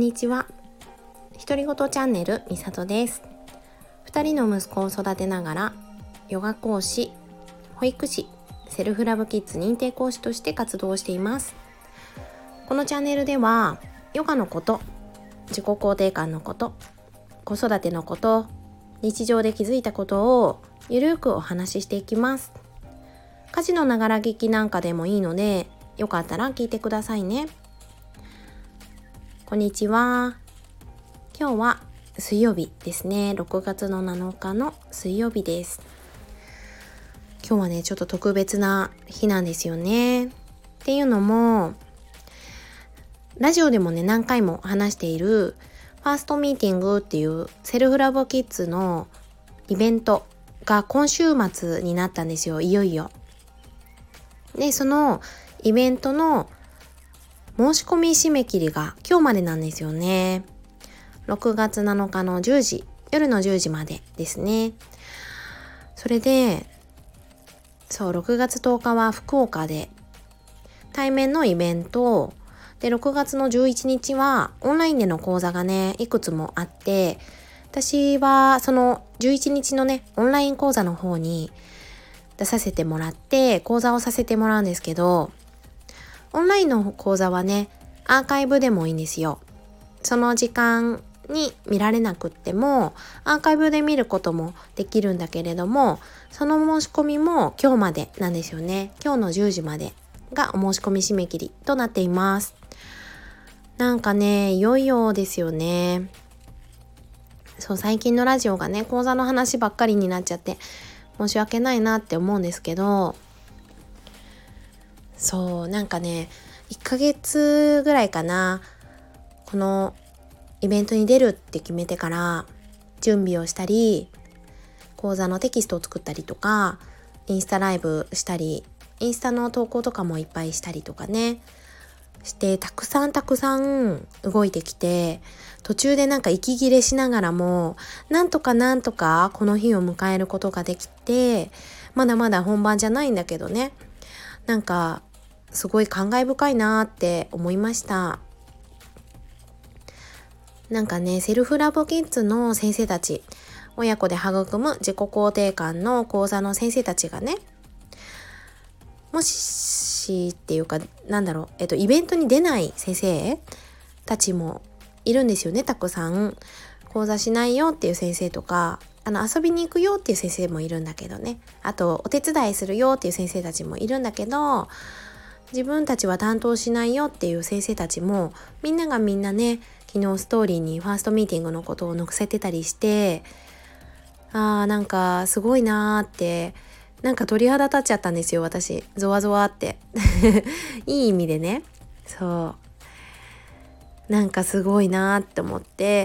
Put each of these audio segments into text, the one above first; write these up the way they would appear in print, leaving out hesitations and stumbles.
にちは。独り言チャンネルみさとです。2人の息子を育てながらヨガ講師、保育士、セルフラブキッズ認定講師として活動しています。このチャンネルではヨガのこと、自己肯定感のこと、子育てのこと、日常で気づいたことをゆるくお話ししていきます。家事のながら聞きなんかでもいいので、よかったら聞いてくださいね。こんにちは。今日は水曜日ですね。6月の7日の水曜日です。今日はね、ちょっと特別な日なんですよね。っていうのも、ラジオでもね、何回も話しているファーストミーティングっていうセルフラブキッズのイベントが今週末になったんですよ。いよいよ。で、そのイベントの申し込み締め切りが今日までなんですよね。6月7日の10時、夜の10時までですね。それで、6月10日は福岡で対面のイベントで、6月の11日はオンラインでの講座がね、いくつもあって、私はその11日のね、オンライン講座の方に出させてもらって講座をさせてもらうんですけど、オンラインの講座はね、アーカイブでもいいんですよ。その時間に見られなくってもアーカイブで見ることもできるんだけれども、その申し込みも今日までなんですよね。今日の10時までがお申し込み締め切りとなっています。なんかね、いよいよですよね。最近のラジオがね、講座の話ばっかりになっちゃって申し訳ないなって思うんですけど、なんかね、1ヶ月ぐらいかな、このイベントに出るって決めてから準備をしたり、講座のテキストを作ったりとか、インスタライブしたり、インスタの投稿とかもいっぱいしたりとかねして、たくさん動いてきて、途中でなんか息切れしながらもなんとかこの日を迎えることができて、まだまだ本番じゃないんだけどね、なんかすごい感慨深いなって思いました。なんかね、セルフラブキッズの先生たち、親子で育む自己肯定感の講座の先生たちがね、もしっていうか、イベントに出ない先生たちもいるんですよね。たくさん講座しないよっていう先生とか、遊びに行くよっていう先生もいるんだけどね、あとお手伝いするよっていう先生たちもいるんだけど、自分たちは担当しないよっていう先生たちもみんながみんなね、昨日ストーリーにファーストミーティングのことを載せてたりして、なんかすごいなーって、なんか鳥肌立っちゃったんですよ、私。ゾワゾワっていい意味でね。なんかすごいなーって思って、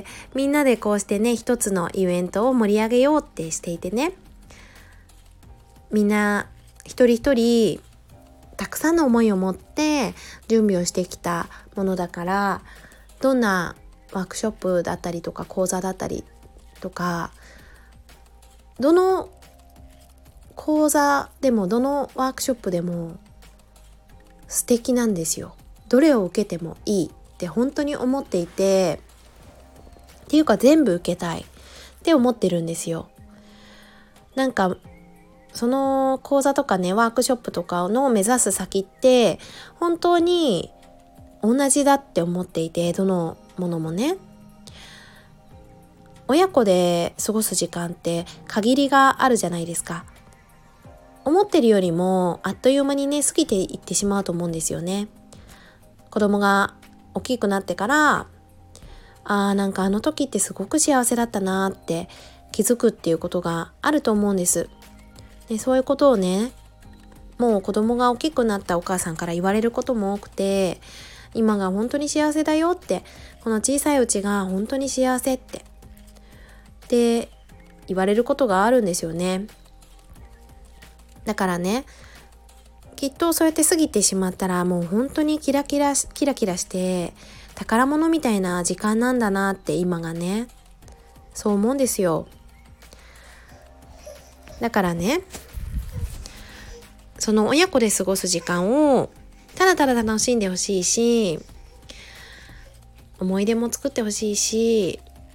みんなでこうしてね、一つのイベントを盛り上げようってしていてね、みんな一人一人たくさんの思いを持って準備をしてきたものだから、どんなワークショップだったりとか講座だったりとか、どの講座でもどのワークショップでも素敵なんですよ。どれを受けてもいいって本当に思っていて、っていうか全部受けたいって思ってるんですよ。なんかその講座とかね、ワークショップとかの目指す先って本当に同じだって思っていて、どのものもね、親子で過ごす時間って限りがあるじゃないですか。思ってるよりもあっという間にね、過ぎていってしまうと思うんですよね。子供が大きくなってから、なんかあの時ってすごく幸せだったなって気づくっていうことがあると思うんです。で、そういうことをね、もう子供が大きくなったお母さんから言われることも多くて、今が本当に幸せだよって、この小さいうちが本当に幸せって言われることがあるんですよね。だからね、きっとそうやって過ぎてしまったら、もう本当にキラキラして宝物みたいな時間なんだなって、今がね、そう思うんですよ。だからね、その親子で過ごす時間をただただ楽しんでほしいし、 思い出も作ってほしいし、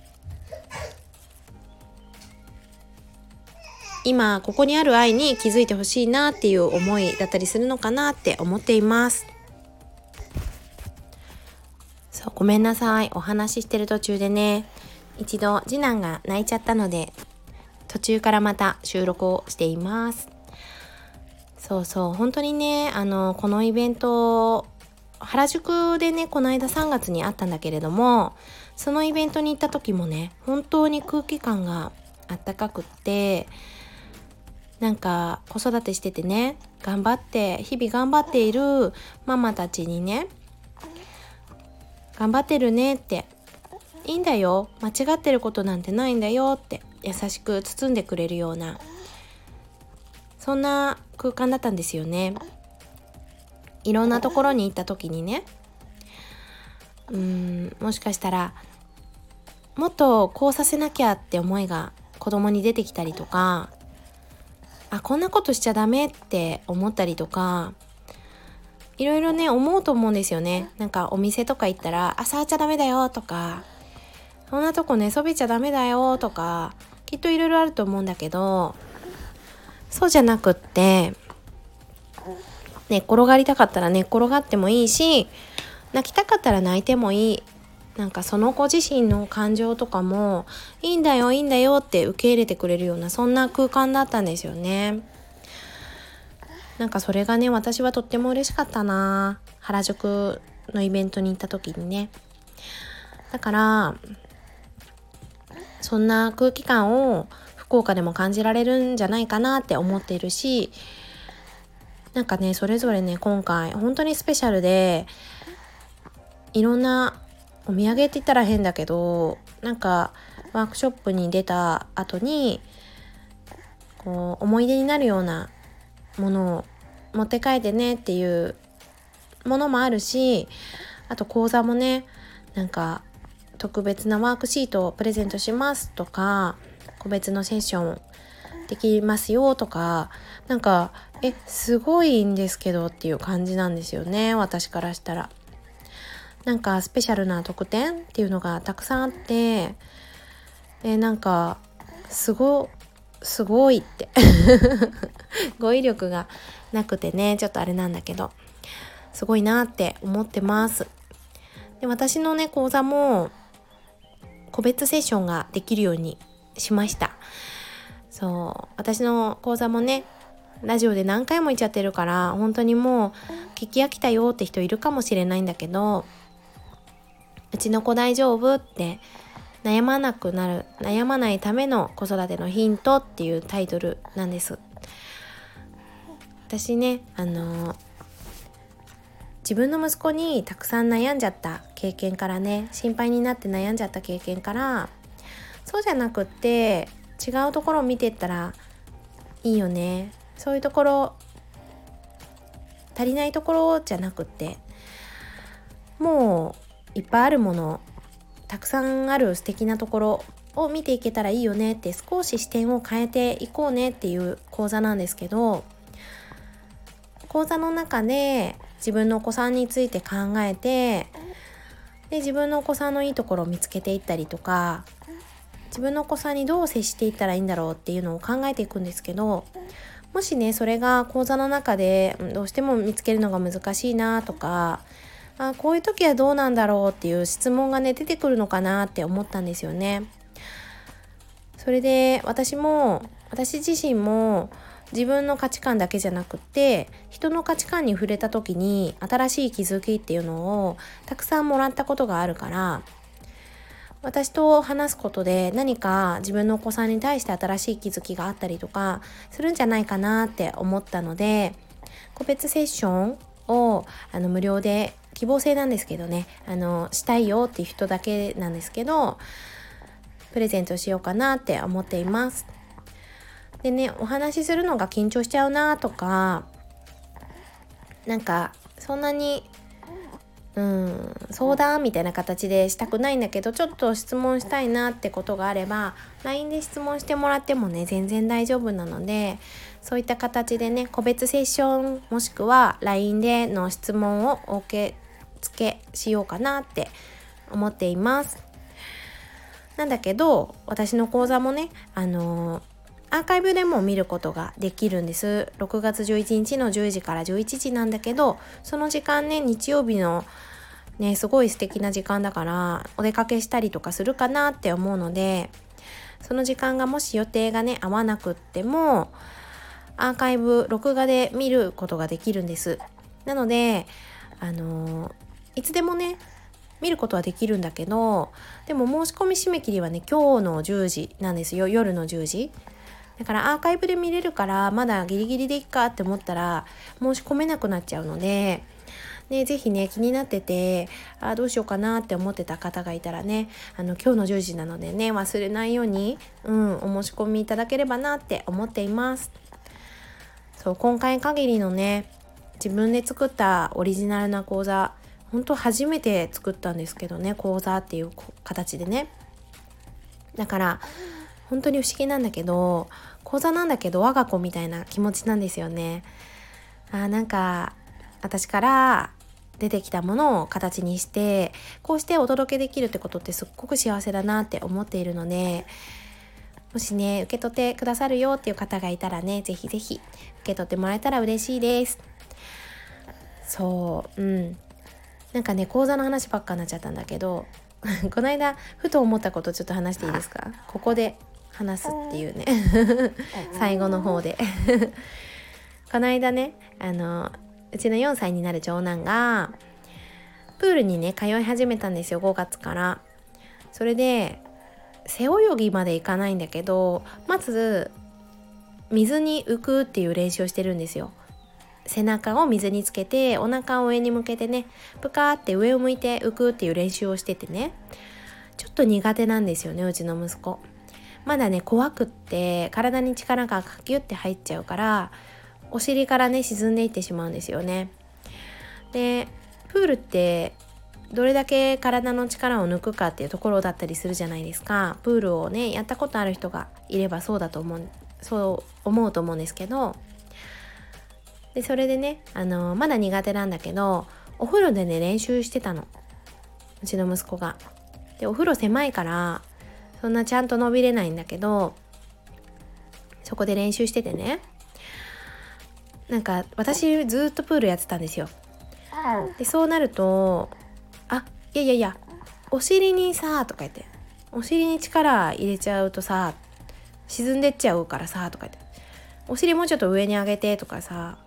今ここにある愛に気づいてほしいなっていう思いだったりするのかなって思っています。そう、ごめんなさい、お話ししてる途中でね、一度次男が泣いちゃったので途中からまた収録をしています。そうそう、本当にね、このイベント原宿でね、この間3月にあったんだけれども、そのイベントに行った時もね、本当に空気感があったかくって、なんか子育てしててね、日々頑張っているママたちにね、頑張ってるねって、いいんだよ、間違ってることなんてないんだよって優しく包んでくれるような、そんな空間だったんですよね。いろんなところに行った時にね、もしかしたらもっとこうさせなきゃって思いが子供に出てきたりとか、こんなことしちゃダメって思ったりとか、いろいろね思うと思うんですよね。なんかお店とか行ったら触っちゃダメだよとか、そんなとこ寝そべっちゃダメだよとか、きっといろいろあると思うんだけど、そうじゃなくって、寝っ転がりたかったら寝っ転がってもいいし、泣きたかったら泣いてもいい。なんかその子自身の感情とかもいいんだよいいんだよって受け入れてくれるような、そんな空間だったんですよね。なんかそれがね、私はとっても嬉しかったな、原宿のイベントに行った時にね。だからそんな空気感を福岡でも感じられるんじゃないかなって思っているし、なんかね、それぞれね、今回本当にスペシャルで、いろんなお土産って言ったら変だけど、なんかワークショップに出た後にこう思い出になるようなものを持って帰ってねっていうものもあるし、あと講座もね、なんか特別なワークシートをプレゼントしますとか、個別のセッションできますよとか、なんかすごいんですけどっていう感じなんですよね、私からしたら。なんかスペシャルな特典っていうのがたくさんあって、なんかすごいって語彙力がなくてね、ちょっとあれなんだけど、すごいなって思ってます。で、私のね講座も個別セッションができるようにしました。そう、私の講座もね、ラジオで何回も言っちゃってるから、本当にもう聞き飽きたよって人いるかもしれないんだけど、うちの子大丈夫って悩まないための子育てのヒントっていうタイトルなんです。私ね、自分の息子にたくさん悩んじゃった経験からね、心配になって悩んじゃった経験から、そうじゃなくって違うところを見ていったらいいよね。そういうところ、足りないところじゃなくって、もういっぱいあるもの、たくさんある素敵なところを見ていけたらいいよねって、少し視点を変えていこうねっていう講座なんですけど、講座の中で自分のお子さんについて考えて、で自分のお子さんのいいところを見つけていったりとか、自分のお子さんにどう接していったらいいんだろうっていうのを考えていくんですけど、もしねそれが講座の中でどうしても見つけるのが難しいなとか、こういう時はどうなんだろうっていう質問がね出てくるのかなって思ったんですよね。それで私自身も自分の価値観だけじゃなくって人の価値観に触れた時に新しい気づきっていうのをたくさんもらったことがあるから、私と話すことで何か自分のお子さんに対して新しい気づきがあったりとかするんじゃないかなって思ったので、個別セッションを無料で、希望制なんですけどね、したいよっていう人だけなんですけどプレゼントしようかなって思っています。でね、お話しするのが緊張しちゃうなとか、なんかそんなに相談みたいな形でしたくないんだけど、ちょっと質問したいなってことがあれば LINE で質問してもらってもね全然大丈夫なので、そういった形でね個別セッションもしくは LINE での質問をお受け付けしようかなって思っています。なんだけど私の講座もねアーカイブでも見ることができるんです。6月11日の10時から11時なんだけど、その時間ね、日曜日のねすごい素敵な時間だからお出かけしたりとかするかなって思うので、その時間がもし予定がね合わなくってもアーカイブ録画で見ることができるんです。なのでいつでもね見ることはできるんだけど、でも申し込み締め切りはね今日の10時なんですよ。夜の10時だからアーカイブで見れるからまだギリギリでいいかって思ったら申し込めなくなっちゃうので、ね、ぜひね気になっててどうしようかなって思ってた方がいたらね今日の10時なのでね忘れないように、お申し込みいただければなって思っています。そう今回限りのね自分で作ったオリジナルな講座、本当初めて作ったんですけどね、講座っていう形でね。だから本当に不思議なんだけど、講座なんだけど我が子みたいな気持ちなんですよね。なんか私から出てきたものを形にしてこうしてお届けできるってことってすっごく幸せだなって思っているので、もしね受け取ってくださるよっていう方がいたらね、ぜひぜひ受け取ってもらえたら嬉しいです。なんかね講座の話ばっかになっちゃったんだけどこの間ふと思ったことちょっと話していいですか？ここで話すっていうね最後の方でこの間ねうちの4歳になる長男がプールにね通い始めたんですよ、5月から。それで背泳ぎまでいかないんだけど、まず水に浮くっていう練習をしてるんですよ。背中を水につけてお腹を上に向けてねプカーって上を向いて浮くっていう練習をしててね、ちょっと苦手なんですよね、うちの息子。まだね怖くって体に力がカキュって入っちゃうからお尻からね沈んでいってしまうんですよね。でプールってどれだけ体の力を抜くかっていうところだったりするじゃないですか。プールをねやったことある人がいればそう思うと思うんですけど、でそれでねまだ苦手なんだけどお風呂でね練習してたの、うちの息子が。でお風呂狭いからそんなちゃんと伸びれないんだけど、そこで練習しててね、なんか私ずっとプールやってたんですよ。でそうなるといやお尻にさとか言って、お尻に力入れちゃうとさ沈んでっちゃうからさとか言って、お尻もうちょっと上に上げてとかさ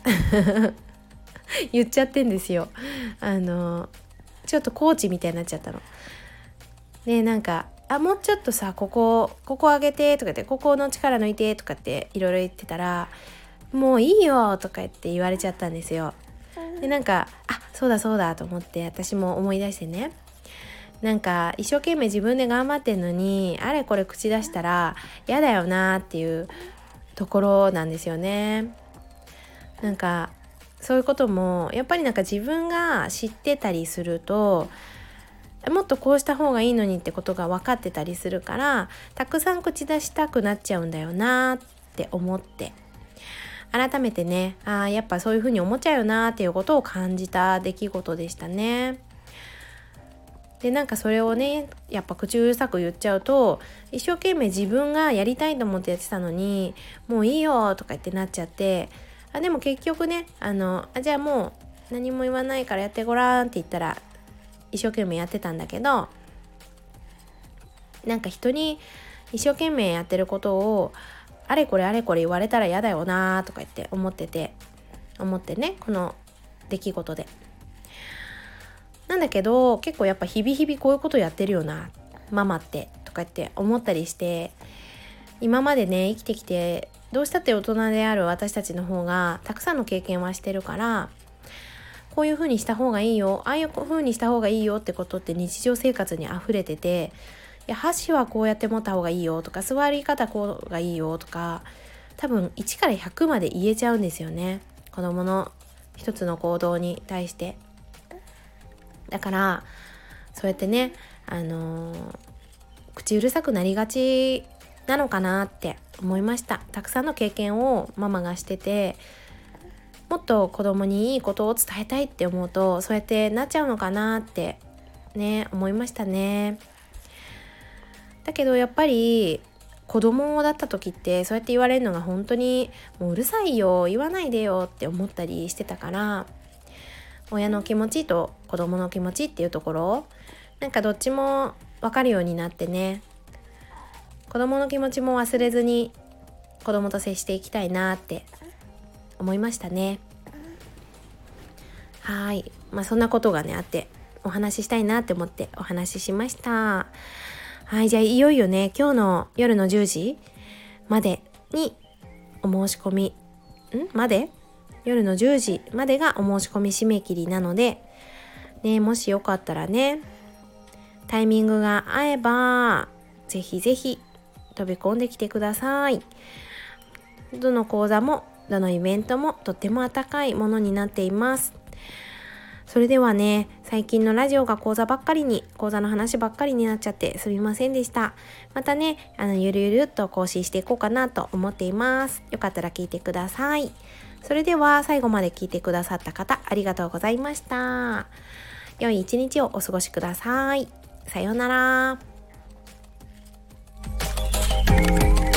言っちゃってんですよ。ちょっとコーチみたいになっちゃったので、なんかもうちょっとさここ上げてとか言って、ここの力抜いてとかっていろいろ言ってたら、もういいよとか言って言われちゃったんですよ。でなんかそうだと思って私も思い出してね、なんか一生懸命自分で頑張ってんのにあれこれ口出したら嫌だよなっていうところなんですよね。なんかそういうこともやっぱりなんか自分が知ってたりするともっとこうした方がいいのにってことが分かってたりするから、たくさん口出したくなっちゃうんだよなって思って、改めてねやっぱそういう風に思っちゃうよなっていうことを感じた出来事でしたね。でなんかそれをねやっぱ口うるさく言っちゃうと、一生懸命自分がやりたいと思ってやってたのにもういいよとか言ってなっちゃって、でも結局ねじゃあもう何も言わないからやってごらんって言ったら一生懸命やってたんだけど、なんか人に一生懸命やってることをあれこれ言われたら嫌だよなとか言って思ってね、この出来事で。なんだけど結構やっぱ日々こういうことやってるよなママってとか言って思ったりして、今までね生きてきてどうしたって大人である私たちの方がたくさんの経験はしてるから、こういう風にした方がいいよ、ああいう風にした方がいいよってことって日常生活に溢れてて、いや箸はこうやって持った方がいいよとか、座り方こうがいいよとか、多分1から100まで言えちゃうんですよね、子供の一つの行動に対して。だからそうやってね口うるさくなりがちなのかなって思いました。たくさんの経験をママがしてて、もっと子供にいいことを伝えたいって思うとそうやってなっちゃうのかなってね思いましたね。だけどやっぱり子供だった時ってそうやって言われるのが本当にもううるさいよ、言わないでよって思ったりしてたから、親の気持ちと子供の気持ちっていうところなんかどっちも分かるようになってね、子供の気持ちも忘れずに子供と接していきたいなって思いましたね。はい、そんなことがねあってお話ししたいなって思ってお話ししました。はい、じゃあいよいよね今日の夜の10時までにお申し込み夜の10時までがお申し込み締め切りなのでね、もしよかったらねタイミングが合えばぜひぜひ飛び込んできてください。どの講座もどのイベントもとっても温かいものになっています。それではね、最近のラジオが講座の話ばっかりになっちゃってすみませんでした。またね、ゆるゆるっと更新していこうかなと思っています。よかったら聞いてください。それでは最後まで聞いてくださった方ありがとうございました。良い一日をお過ごしください。さようなら。